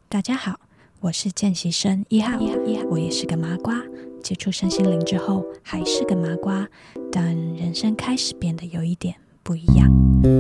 大家好，我是见习生1号，我也是个麻瓜，接触身心灵之后还是个麻瓜，但人生开始变得有一点不一样。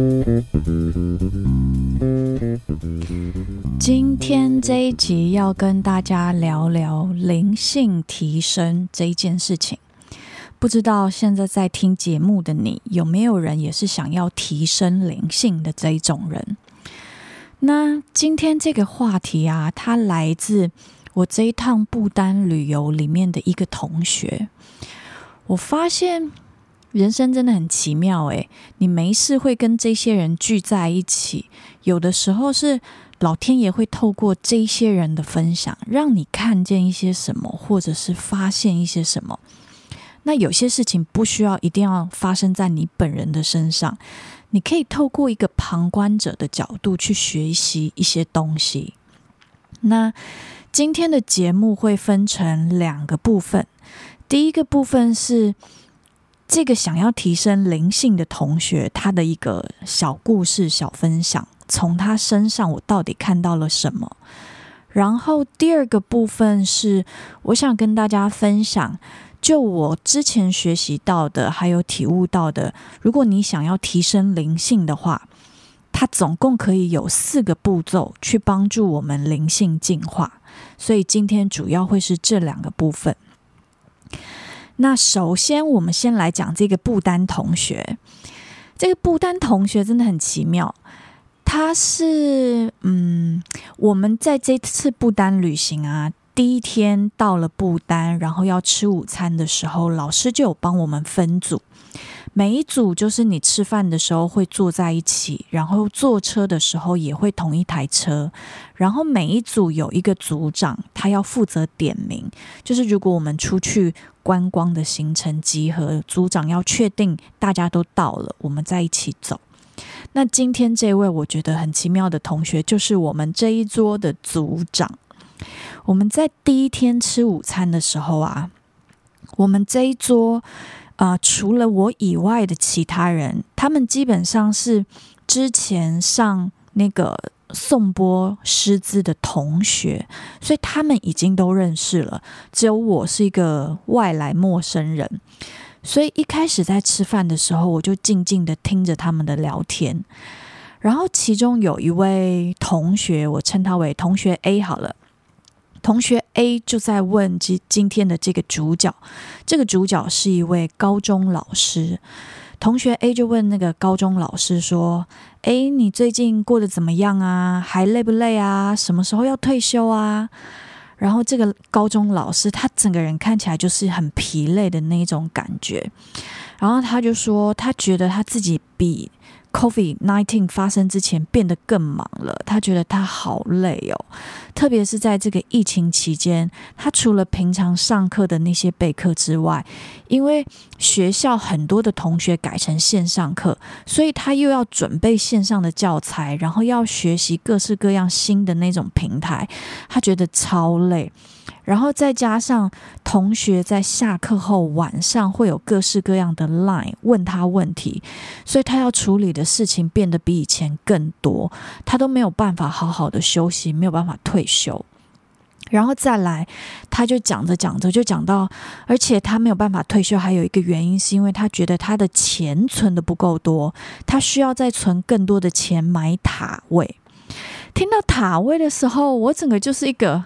今天这一集要跟大家聊聊灵性提升这一件事情。不知道现在在听节目的你，有没有人也是想要提升灵性的这一种人？那今天这个话题啊，它来自我这一趟不丹旅游里面的一个同学。我发现人生真的很奇妙诶，你没事会跟这些人聚在一起，有的时候是老天爷会透过这些人的分享，让你看见一些什么，或者是发现一些什么。那有些事情不需要一定要发生在你本人的身上，你可以透过一个旁观者的角度去学习一些东西。那今天的节目会分成2个部分，第一个部分是这个想要提升灵性的同学他的一个小故事、小分享，从他身上我到底看到了什么。然后第2个部分是我想跟大家分享就我之前学习到的还有体悟到的，如果你想要提升灵性的话，它总共可以有4个步骤去帮助我们灵性进化，所以今天主要会是这2个部分。那首先我们先来讲这个不丹同学。这个不丹同学真的很奇妙，他是我们在这次不丹旅行啊，第一天到了不丹，然后要吃午餐的时候，老师就有帮我们分组。每一组就是你吃饭的时候会坐在一起，然后坐车的时候也会同一台车，然后每一组有一个组长，他要负责点名，就是如果我们出去观光的行程集合，组长要确定大家都到了，我们再一起走。那今天这位我觉得很奇妙的同学，就是我们这一桌的组长。我们在第一天吃午餐的时候啊，我们这一桌除了我以外的其他人，他们基本上是之前上那个颂钵师资的同学，所以他们已经都认识了，只有我是一个外来陌生人。所以一开始在吃饭的时候，我就静静的听着他们的聊天。然后其中有一位同学，我称他为同学 A 好了。同学 A 就在问今天的这个主角，这个主角是一位高中老师。同学 A 就问那个高中老师说：你最近过得怎么样啊？还累不累啊？什么时候要退休啊？然后这个高中老师他整个人看起来就是很疲累的那种感觉，然后他就说他觉得他自己比COVID-19 发生之前变得更忙了，他觉得他好累哦，特别是在这个疫情期间，他除了平常上课的那些备课之外，因为学校很多的同学改成线上课，所以他又要准备线上的教材，然后要学习各式各样新的那种平台，他觉得超累。然后再加上同学在下课后晚上会有各式各样的 LINE 问他问题，所以他要处理的事情变得比以前更多，他都没有办法好好的休息，没有办法退休。然后再来他就讲着讲着就讲到，而且他没有办法退休还有一个原因是因为他觉得他的钱存的不够多，他需要再存更多的钱买塔位。听到塔位的时候，我整个就是一个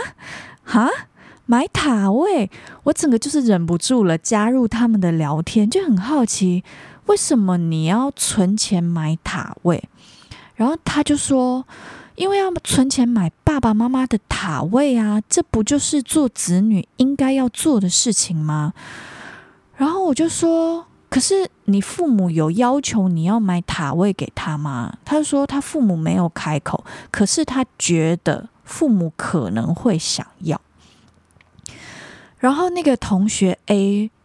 买塔位，我整个就是忍不住了，加入他们的聊天，就很好奇为什么你要存钱买塔位。然后他就说因为要存钱买爸爸妈妈的塔位啊，这不就是做子女应该要做的事情吗？然后我就说可是你父母有要求你要买塔位给他吗？他就说他父母没有开口，可是他觉得父母可能会想要。然后那个同学 A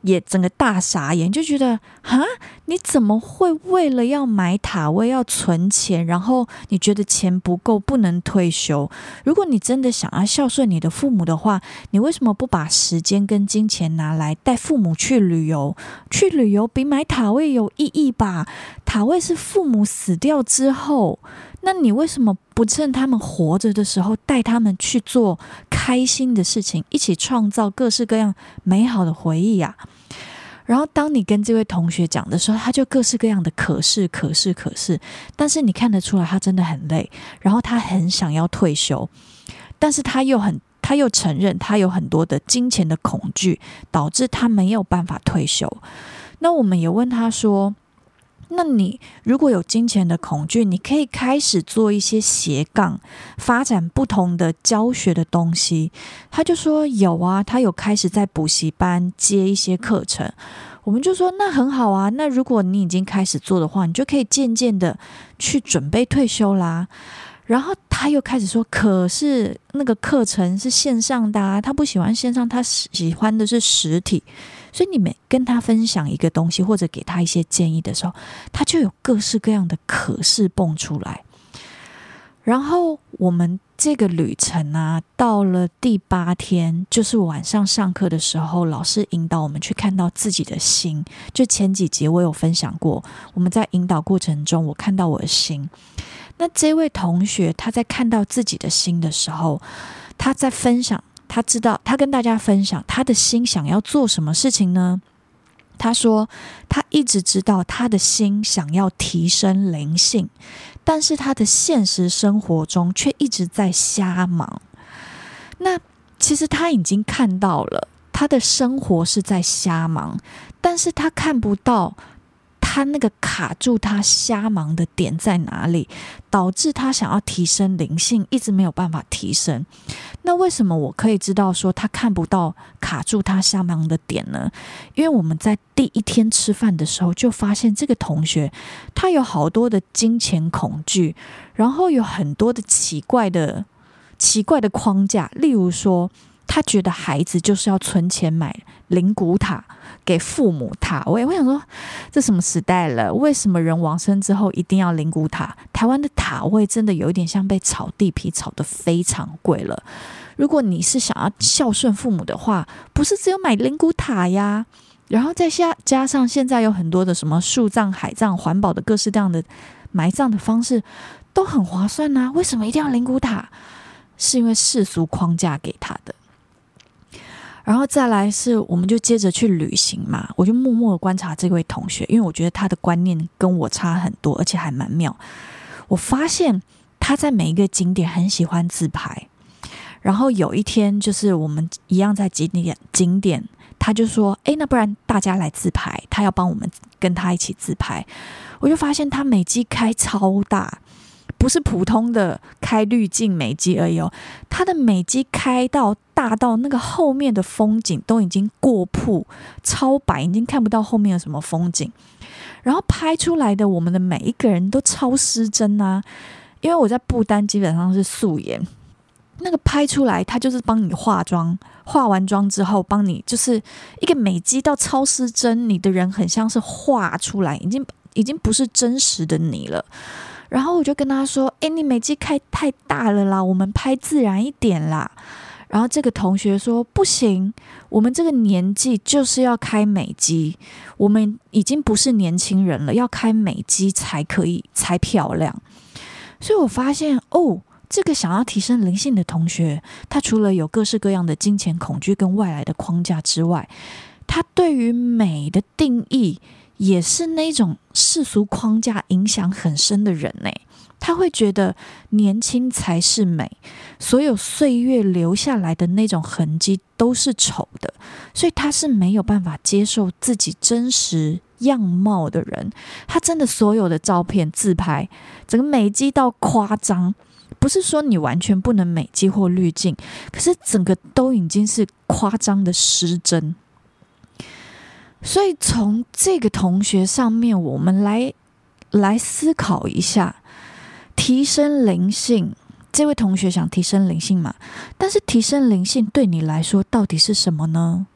也整个大傻眼，就觉得你怎么会为了要买塔位要存钱，然后你觉得钱不够不能退休？如果你真的想要孝顺你的父母的话，你为什么不把时间跟金钱拿来带父母去旅游？去旅游比买塔位有意义吧？塔位是父母死掉之后，那你为什么不趁他们活着的时候带他们去做开心的事情，一起创造各式各样美好的回忆啊？然后当你跟这位同学讲的时候，他就各式各样的可是，但是你看得出来他真的很累，然后他很想要退休，但是他又承认他有很多的金钱的恐惧，导致他没有办法退休。那我们也问他说，那你如果有金钱的恐惧，你可以开始做一些斜杠，发展不同的教学的东西。他就说有啊，他有开始在补习班接一些课程。我们就说那很好啊，那如果你已经开始做的话，你就可以渐渐的去准备退休啦。然后他又开始说，可是那个课程是线上的啊，他不喜欢线上，他喜欢的是实体。所以你们跟他分享一个东西，或者给他一些建议的时候，他就有各式各样的可是蹦出来。然后我们这个旅程啊，到了第8天，就是晚上上课的时候，老师引导我们去看到自己的心。就前几集我有分享过，我们在引导过程中，我看到我的心。那这位同学他在看到自己的心的时候，他在分享，他知道他跟大家分享他的心想要做什么事情呢？他说他一直知道他的心想要提升灵性，但是他的现实生活中却一直在瞎忙。那其实他已经看到了他的生活是在瞎忙，但是他看不到他那个卡住他瞎忙的点在哪里，导致他想要提升灵性一直没有办法提升。那为什么我可以知道说他看不到卡住他瞎忙的点呢？因为我们在第1天吃饭的时候就发现这个同学他有好多的金钱恐惧，然后有很多的奇怪的框架。例如说他觉得孩子就是要存钱买灵骨塔给父母塔位。我想说这什么时代了，为什么人往生之后一定要灵骨塔？台湾的塔位真的有一点像被炒地皮炒得非常贵了。如果你是想要孝顺父母的话，不是只有买灵骨塔呀，然后再加上现在有很多的什么树葬、海葬、环保的各式各样的埋葬的方式都很划算啊，为什么一定要灵骨塔？是因为世俗框架给他的。然后再来是我们就接着去旅行嘛，我就默默的观察这位同学，因为我觉得他的观念跟我差很多，而且还蛮妙。我发现他在每一个景点很喜欢自拍，然后有一天就是我们一样在景点，他就说那不然大家来自拍，他要帮我们跟他一起自拍。我就发现他美肌开超大，不是普通的开滤镜美肌而已哦，他的美肌开到大到那个后面的风景都已经过曝超白，已经看不到后面有什么风景。然后拍出来的我们的每一个人都超失真啊，因为我在不丹基本上是素颜，那个拍出来他就是帮你化妆，化完妆之后帮你就是一个美肌到超失真，你的人很像是画出来，已经不是真实的你了。然后我就跟他说你美肌开太大了啦，我们拍自然一点啦。然后这个同学说不行，我们这个年纪就是要开美肌，我们已经不是年轻人了，要开美肌才可以，才漂亮。所以我发现这个想要提升灵性的同学，他除了有各式各样的金钱恐惧跟外来的框架之外，他对于美的定义也是那种世俗框架影响很深的人呢。他会觉得年轻才是美，所有岁月留下来的那种痕迹都是丑的，所以他是没有办法接受自己真实样貌的人。他真的所有的照片自拍整个美肌到夸张，不是说你完全不能美肌或滤镜，可是整个都已经是夸张的失真。所以从这个同学上面，我们来思考一下，提升灵性。这位同学想提升灵性嘛？但是提升灵性对你来说到底是什么呢？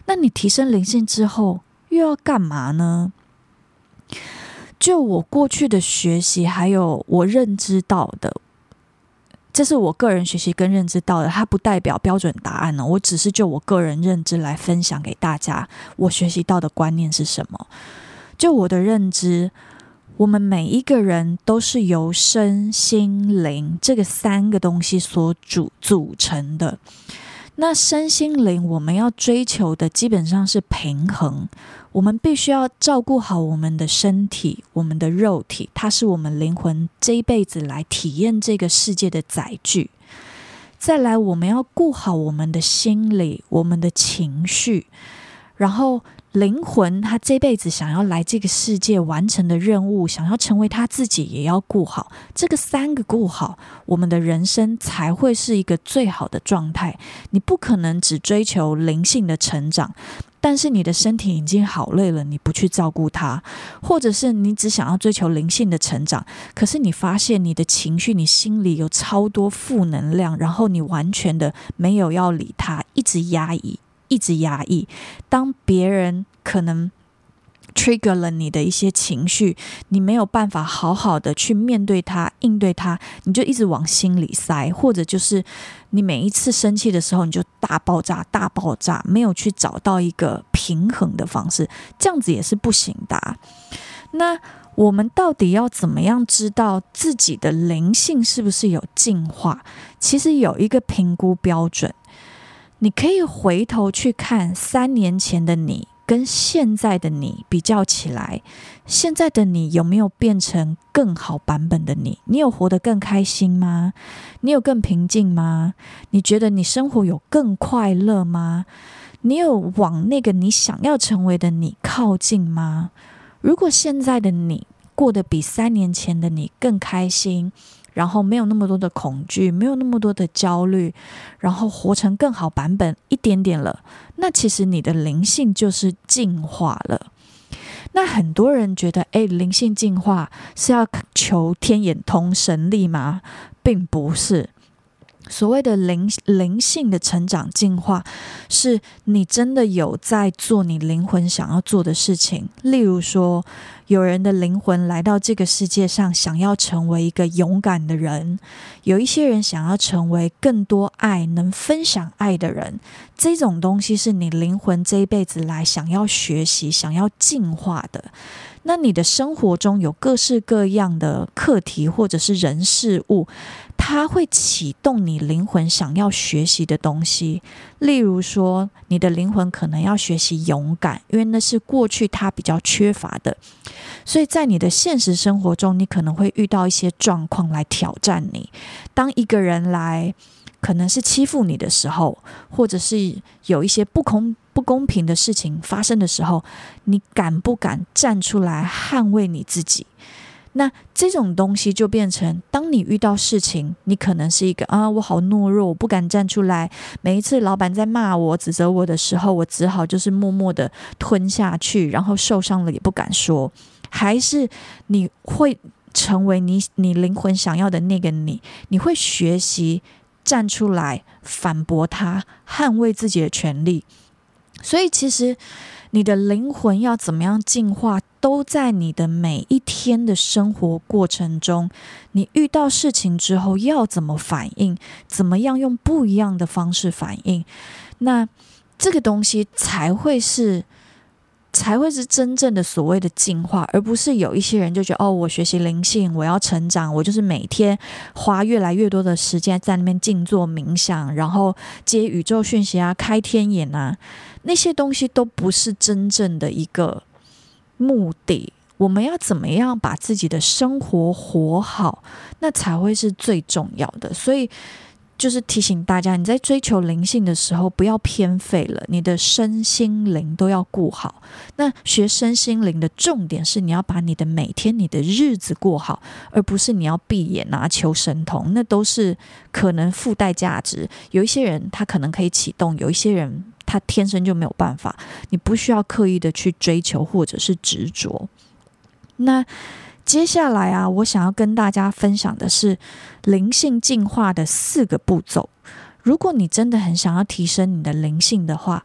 那你提升灵性之后又要干嘛呢？就我过去的学习，还有我认知到的，这是我个人学习跟认知到的，它不代表标准答案呢。我只是就我个人认知来分享给大家，我学习到的观念是什么。就我的认知，我们每一个人都是由身心灵这个3个东西所组成的。那身心灵我们要追求的基本上是平衡，我们必须要照顾好我们的身体，我们的肉体，它是我们灵魂这一辈子来体验这个世界的载具。再来，我们要顾好我们的心理，我们的情绪，然后灵魂他这辈子想要来这个世界完成的任务，想要成为他自己也要顾好，这个3个顾好，我们的人生才会是一个最好的状态。你不可能只追求灵性的成长，但是你的身体已经好累了，你不去照顾它，或者是你只想要追求灵性的成长，可是你发现你的情绪，你心里有超多负能量，然后你完全的没有要理它，一直压抑。当别人可能 trigger 了你的一些情绪，你没有办法好好的去面对它，应对它，你就一直往心里塞，或者就是你每一次生气的时候，你就大爆炸，没有去找到一个平衡的方式，这样子也是不行的啊。那我们到底要怎么样知道自己的灵性是不是有进化？其实有一个评估标准，你可以回头去看3年前的你跟现在的你比较起来，现在的你有没有变成更好版本的你？你有活得更开心吗？你有更平静吗？你觉得你生活有更快乐吗？你有往那个你想要成为的你靠近吗？如果现在的你过得比3年前的你更开心，然后没有那么多的恐惧，没有那么多的焦虑，然后活成更好版本一点点了，那其实你的灵性就是进化了。那很多人觉得灵性进化是要求天眼通神力吗？并不是。所谓的灵性的成长进化，是你真的有在做你灵魂想要做的事情。例如说，有人的灵魂来到这个世界上，想要成为一个勇敢的人，有一些人想要成为更多爱，能分享爱的人。这种东西是你灵魂这一辈子来想要学习、想要进化的。那你的生活中有各式各样的课题或者是人事物，它会启动你灵魂想要学习的东西。例如说，你的灵魂可能要学习勇敢，因为那是过去它比较缺乏的。所以在你的现实生活中，你可能会遇到一些状况来挑战你。当一个人来可能是欺负你的时候，或者是有一些不公平的事情发生的时候，你敢不敢站出来捍卫你自己？那这种东西就变成，当你遇到事情，你可能是一个我好懦弱，我不敢站出来。每一次老板在骂我、指责我的时候，我只好就是默默的吞下去，然后受伤了也不敢说。还是你会成为你灵魂想要的那个你会学习站出来反驳他，捍卫自己的权利。所以其实你的灵魂要怎么样进化，都在你的每一天的生活过程中。你遇到事情之后要怎么反应，怎么样用不一样的方式反应，那这个东西才会是真正的所谓的进化，而不是有一些人就觉得我学习灵性，我要成长，我就是每天花越来越多的时间在那边静坐冥想，然后接宇宙讯息啊，开天眼啊，那些东西都不是真正的一个目的。我们要怎么样把自己的生活活好，那才会是最重要的。所以就是提醒大家，你在追求灵性的时候不要偏废了，你的身心灵都要顾好。那学身心灵的重点是你要把你的每天你的日子过好，而不是你要闭眼求神通，那都是可能附带价值。有一些人他可能可以启动，有一些人他天生就没有办法，你不需要刻意的去追求或者是执着。那接下来我想要跟大家分享的是灵性进化的4个步骤。如果你真的很想要提升你的灵性的话，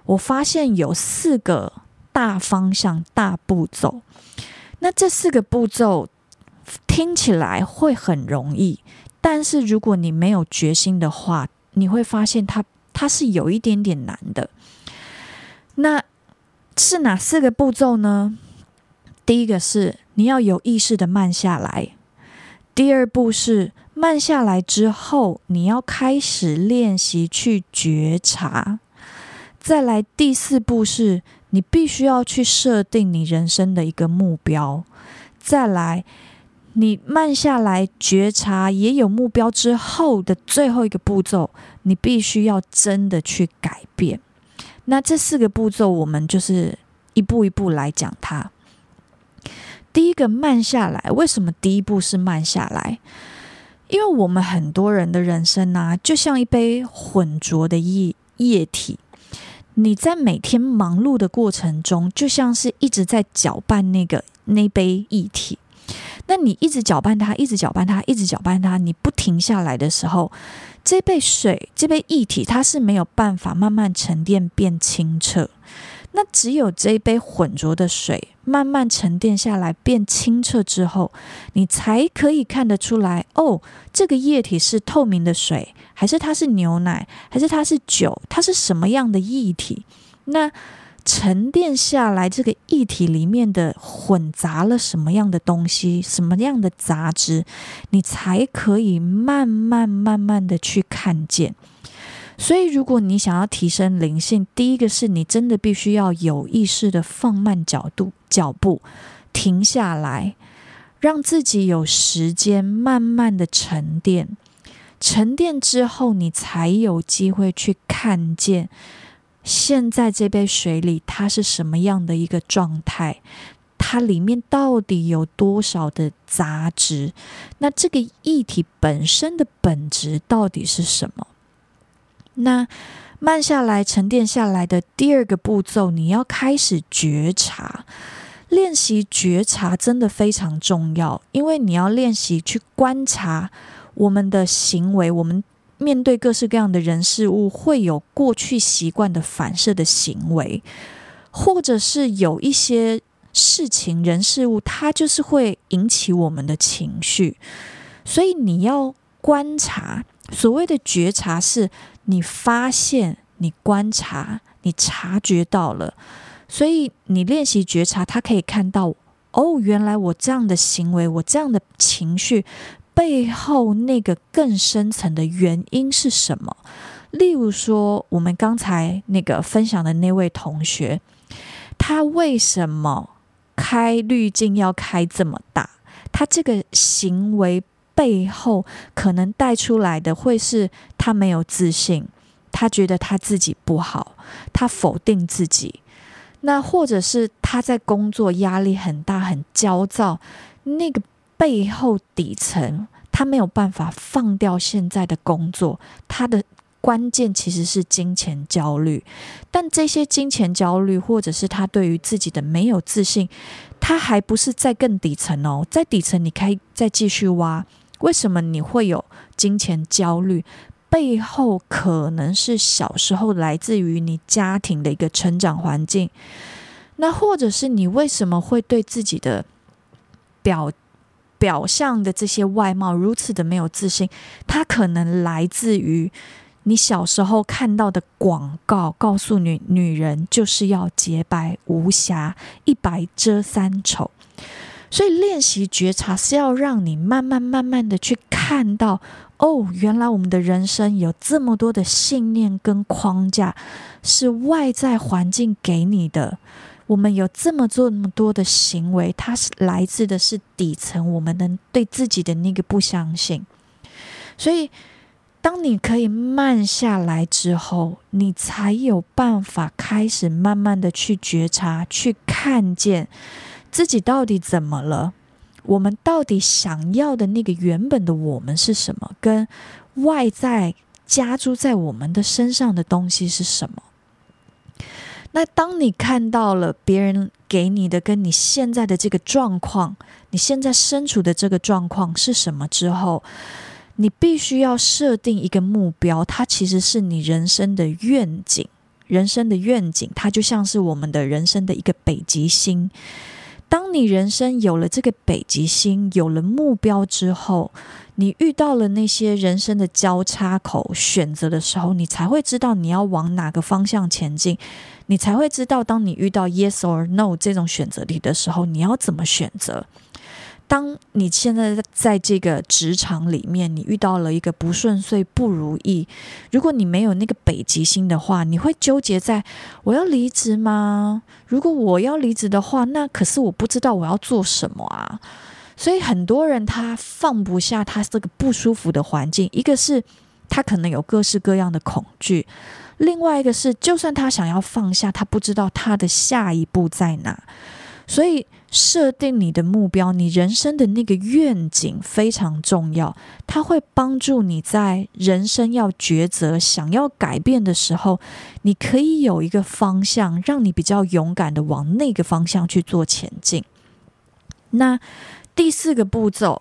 我发现有4个大方向、大步骤。那这4个步骤听起来会很容易，但是如果你没有决心的话，你会发现它是有一点点难的。那是哪4个步骤呢？第一个是你要有意识的慢下来，第二步是慢下来之后，你要开始练习去觉察，再来第4步是你必须要去设定你人生的一个目标，再来你慢下来觉察也有目标之后的最后一个步骤，你必须要真的去改变。那这4个步骤我们就是一步一步来讲它。第一个慢下来，为什么第一步是慢下来？因为我们很多人的人生啊，就像一杯浑浊的液体，你在每天忙碌的过程中，就像是一直在搅拌那杯液体。那你一直搅拌它，一直搅拌它，一直搅拌它，你不停下来的时候，这杯水，这杯液体，它是没有办法慢慢沉淀变清澈。那只有这一杯浑浊的水慢慢沉淀下来变清澈之后，你才可以看得出来，这个液体是透明的水，还是它是牛奶，还是它是酒，它是什么样的液体。那沉淀下来这个液体里面的混杂了什么样的东西，什么样的杂质，你才可以慢慢的去看见。所以如果你想要提升灵性，第一个是你真的必须要有意识的放慢脚步，停下来，让自己有时间慢慢的沉淀。沉淀之后，你才有机会去看见现在这杯水里它是什么样的一个状态，它里面到底有多少的杂质，那这个液体本身的本质到底是什么。那慢下来沉淀下来的第2个步骤，你要开始觉察。练习觉察真的非常重要，因为你要练习去观察我们的行为，我们面对各式各样的人事物会有过去习惯的反射的行为，或者是有一些事情人事物它就是会引起我们的情绪，所以你要观察。所谓的觉察是你发现，你观察，你察觉到了，所以你练习觉察，他可以看到原来我这样的行为，我这样的情绪背后那个更深层的原因是什么。例如说我们刚才分享的那位同学，他为什么开滤镜要开这么大，他这个行为背后可能带出来的会是他没有自信，他觉得他自己不好，他否定自己，那或者是他在工作压力很大很焦躁，那个背后底层他没有办法放掉现在的工作，他的关键其实是金钱焦虑。但这些金钱焦虑或者是他对于自己的没有自信，他还不是在更底层哦，在底层你可以再继续挖，为什么你会有金钱焦虑，背后可能是小时候来自于你家庭的一个成长环境，那或者是你为什么会对自己的表象的这些外貌如此的没有自信，它可能来自于你小时候看到的广告，告诉你女人就是要洁白无瑕，一白遮三丑。所以练习觉察是要让你慢慢的去看到，原来我们的人生有这么多的信念跟框架是外在环境给你的，我们有这么多的行为，它是来自的是底层我们对自己的那个不相信。所以当你可以慢下来之后，你才有办法开始慢慢的去觉察，去看见自己到底怎么了，我们到底想要的那个原本的我们是什么，跟外在加诸在我们的身上的东西是什么。那当你看到了别人给你的跟你现在的这个状况，你现在身处的这个状况是什么之后，你必须要设定一个目标，它其实是你人生的愿景， 人生的愿景，它就像是我们的人生的一个北极星。当你人生有了这个北极星，有了目标之后，你遇到了那些人生的交叉口选择的时候，你才会知道你要往哪个方向前进，你才会知道当你遇到 yes or no 这种选择题的时候，你要怎么选择。当你现在在这个职场里面，你遇到了一个不顺遂、不如意，如果你没有那个北极星的话，你会纠结在我要离职吗？如果我要离职的话，那可是我不知道我要做什么啊。所以很多人他放不下他这个不舒服的环境，一个是他可能有各式各样的恐惧，另外一个是就算他想要放下，他不知道他的下一步在哪。所以设定你的目标，你人生的那个愿景非常重要，它会帮助你在人生要抉择、想要改变的时候，你可以有一个方向，让你比较勇敢的往那个方向去做前进。那第4个步骤，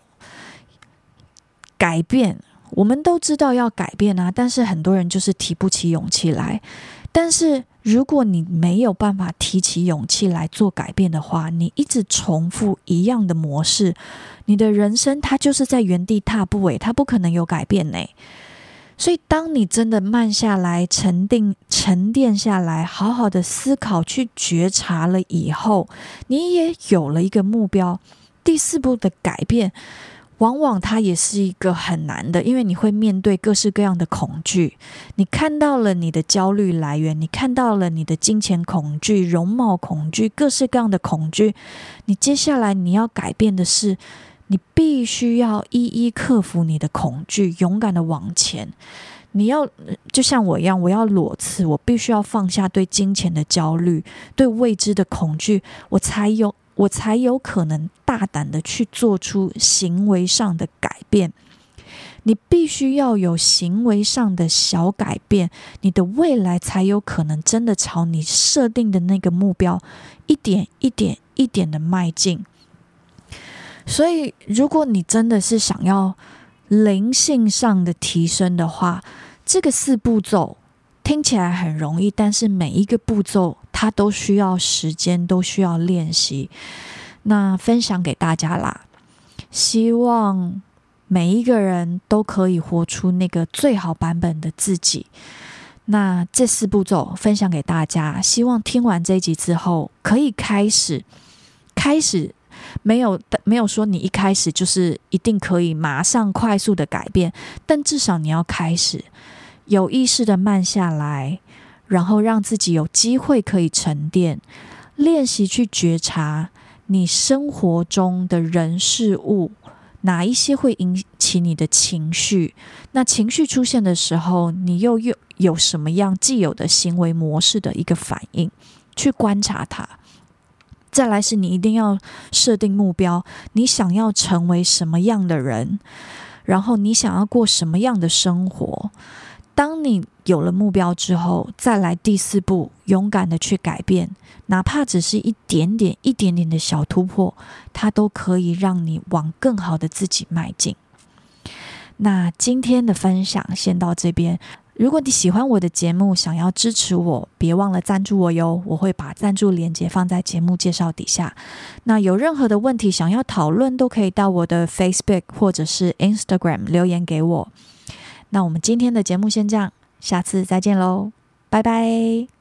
改变，我们都知道要改变啊，但是很多人就是提不起勇气来。但是如果你没有办法提起勇气来做改变的话，你一直重复一样的模式，你的人生它就是在原地踏步，它不可能有改变呢。所以当你真的慢下来，沉淀下来，好好的思考，去觉察了以后，你也有了一个目标。第4步的改变往往它也是一个很难的，因为你会面对各式各样的恐惧。你看到了你的焦虑来源，你看到了你的金钱恐惧、容貌恐惧，各式各样的恐惧。你接下来你要改变的是，你必须要一一克服你的恐惧，勇敢的往前。你要就像我一样，我要裸辞，我必须要放下对金钱的焦虑，对未知的恐惧，我才有可能大胆的去做出行为上的改变。你必须要有行为上的小改变，你的未来才有可能真的朝你设定的那个目标一点一点一点的迈进。所以如果你真的是想要灵性上的提升的话，这个4步骤听起来很容易，但是每一个步骤它都需要时间，都需要练习。那分享给大家啦，希望每一个人都可以活出那个最好版本的自己。那这4步骤分享给大家，希望听完这一集之后可以开始没有说你一开始就是一定可以马上快速的改变，但至少你要开始有意识的慢下来，然后让自己有机会可以沉淀，练习去觉察你生活中的人事物，哪一些会引起你的情绪，那情绪出现的时候，你又有什么样既有的行为模式的一个反应，去观察它。再来是你一定要设定目标，你想要成为什么样的人，然后你想要过什么样的生活。当你有了目标之后，再来第4步，勇敢的去改变，哪怕只是一点点的小突破，它都可以让你往更好的自己迈进。那今天的分享先到这边。如果你喜欢我的节目，想要支持我，别忘了赞助我哟，我会把赞助连结放在节目介绍底下。那有任何的问题想要讨论，都可以到我的 Facebook 或者是 Instagram 留言给我。那我们今天的节目先这样，下次再见喽，拜拜。